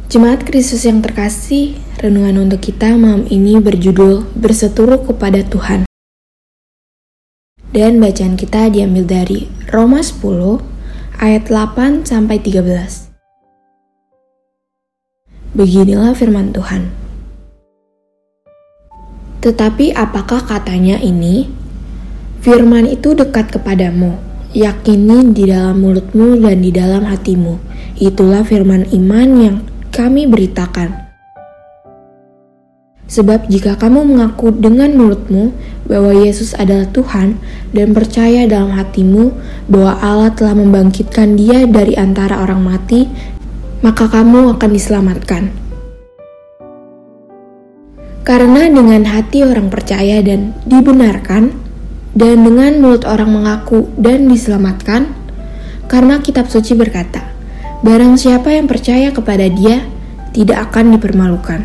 Jemaat Kristus yang terkasih, renungan untuk kita malam ini berjudul Berseteru kepada Tuhan. Dan bacaan kita diambil dari Roma 10 ayat 8-13. Beginilah firman Tuhan. Tetapi apakah katanya ini? Firman itu dekat kepadamu, yakini di dalam mulutmu dan di dalam hatimu. Itulah firman iman yang kami beritakan. Sebab jika kamu mengaku dengan mulutmu bahwa Yesus adalah Tuhan dan percaya dalam hatimu bahwa Allah telah membangkitkan Dia dari antara orang mati, maka kamu akan diselamatkan. Karena dengan hati orang percaya dan dibenarkan, dan dengan mulut orang mengaku dan diselamatkan, karena kitab suci berkata, barang siapa yang percaya kepada Dia tidak akan dipermalukan.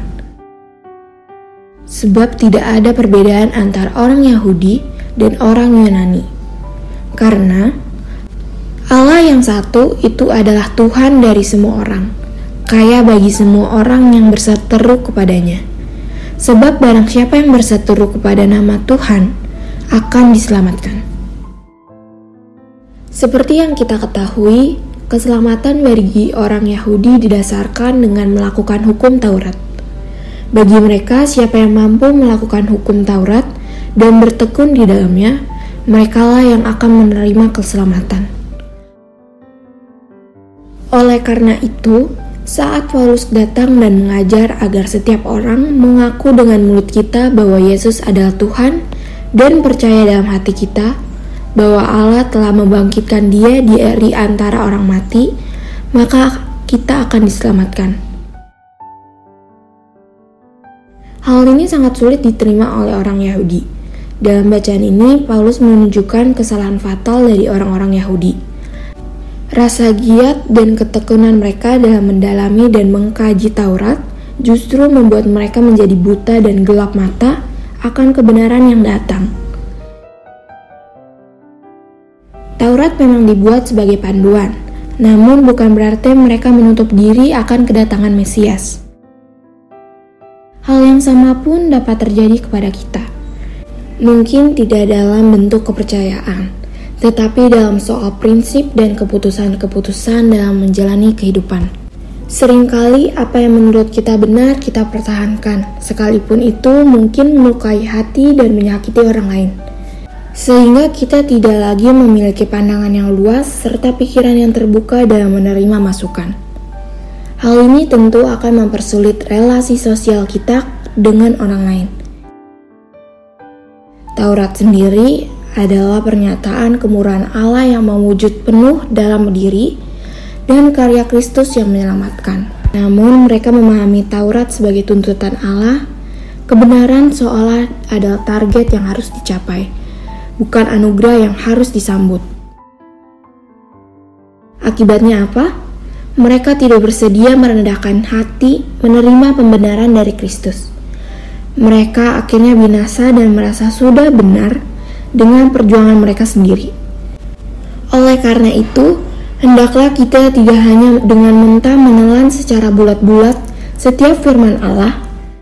Sebab tidak ada perbedaan antara orang Yahudi dan orang Yunani. Karena Allah yang satu itu adalah Tuhan dari semua orang, kaya bagi semua orang yang berseteru kepadanya. Sebab barang siapa yang berseteru kepada nama Tuhan akan diselamatkan. Seperti yang kita ketahui, keselamatan bagi orang Yahudi didasarkan dengan melakukan hukum Taurat. Bagi mereka, siapa yang mampu melakukan hukum Taurat dan bertekun di dalamnya, merekalah yang akan menerima keselamatan. Oleh karena itu, saat Paulus datang dan mengajar agar setiap orang mengaku dengan mulut kita bahwa Yesus adalah Tuhan dan percaya dalam hati kita bahwa Allah telah membangkitkan Dia dari antara orang mati, maka kita akan diselamatkan. Hal ini sangat sulit diterima oleh orang Yahudi. Dalam bacaan ini, Paulus menunjukkan kesalahan fatal dari orang-orang Yahudi. Rasa giat dan ketekunan mereka dalam mendalami dan mengkaji Taurat justru membuat mereka menjadi buta dan gelap mata akan kebenaran yang datang. Taurat memang dibuat sebagai panduan, namun bukan berarti mereka menutup diri akan kedatangan Mesias. Hal yang sama pun dapat terjadi kepada kita. Mungkin tidak dalam bentuk kepercayaan, tetapi dalam soal prinsip dan keputusan-keputusan dalam menjalani kehidupan. Seringkali apa yang menurut kita benar kita pertahankan, sekalipun itu mungkin melukai hati dan menyakiti orang lain. Sehingga kita tidak lagi memiliki pandangan yang luas serta pikiran yang terbuka dalam menerima masukan. Hal ini tentu akan mempersulit relasi sosial kita dengan orang lain. Taurat sendiri adalah pernyataan kemurahan Allah yang mewujud penuh dalam diri dan karya Kristus yang menyelamatkan. Namun mereka memahami Taurat sebagai tuntutan Allah, kebenaran seolah adalah target yang harus dicapai, bukan anugerah yang harus disambut. Akibatnya apa? Mereka tidak bersedia merendahkan hati menerima pembenaran dari Kristus. Mereka akhirnya binasa dan merasa sudah benar dengan perjuangan mereka sendiri. Oleh karena itu, hendaklah kita tidak hanya dengan mentah menelan secara bulat-bulat setiap firman Allah,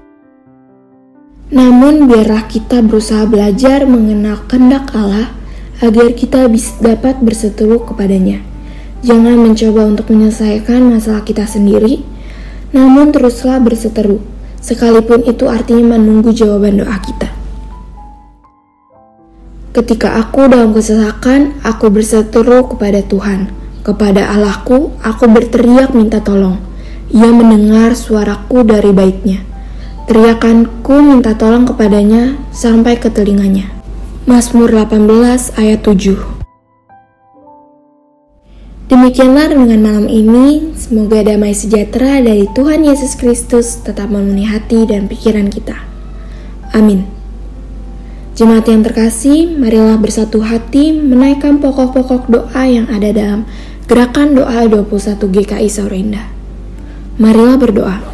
namun biarlah kita berusaha belajar mengenal kehendak Allah agar kita dapat berseteru kepadanya. Jangan mencoba untuk menyelesaikan masalah kita sendiri, namun teruslah berseteru, sekalipun itu artinya menunggu jawaban doa kita. Ketika aku dalam kesesakan, aku berseteru kepada Tuhan. Kepada Allahku, aku berteriak minta tolong. Ia mendengar suaraku dari baitnya. Teriakanku minta tolong kepadanya sampai ke telinganya. Mazmur 18 ayat 7. Demikianlah renungan malam ini. Semoga damai sejahtera dari Tuhan Yesus Kristus tetap memenuhi hati dan pikiran kita. Amin. Jemaat yang terkasih, marilah bersatu hati menaikkan pokok-pokok doa yang ada dalam Gerakan Doa 21 GKI Samarinda. Marilah berdoa.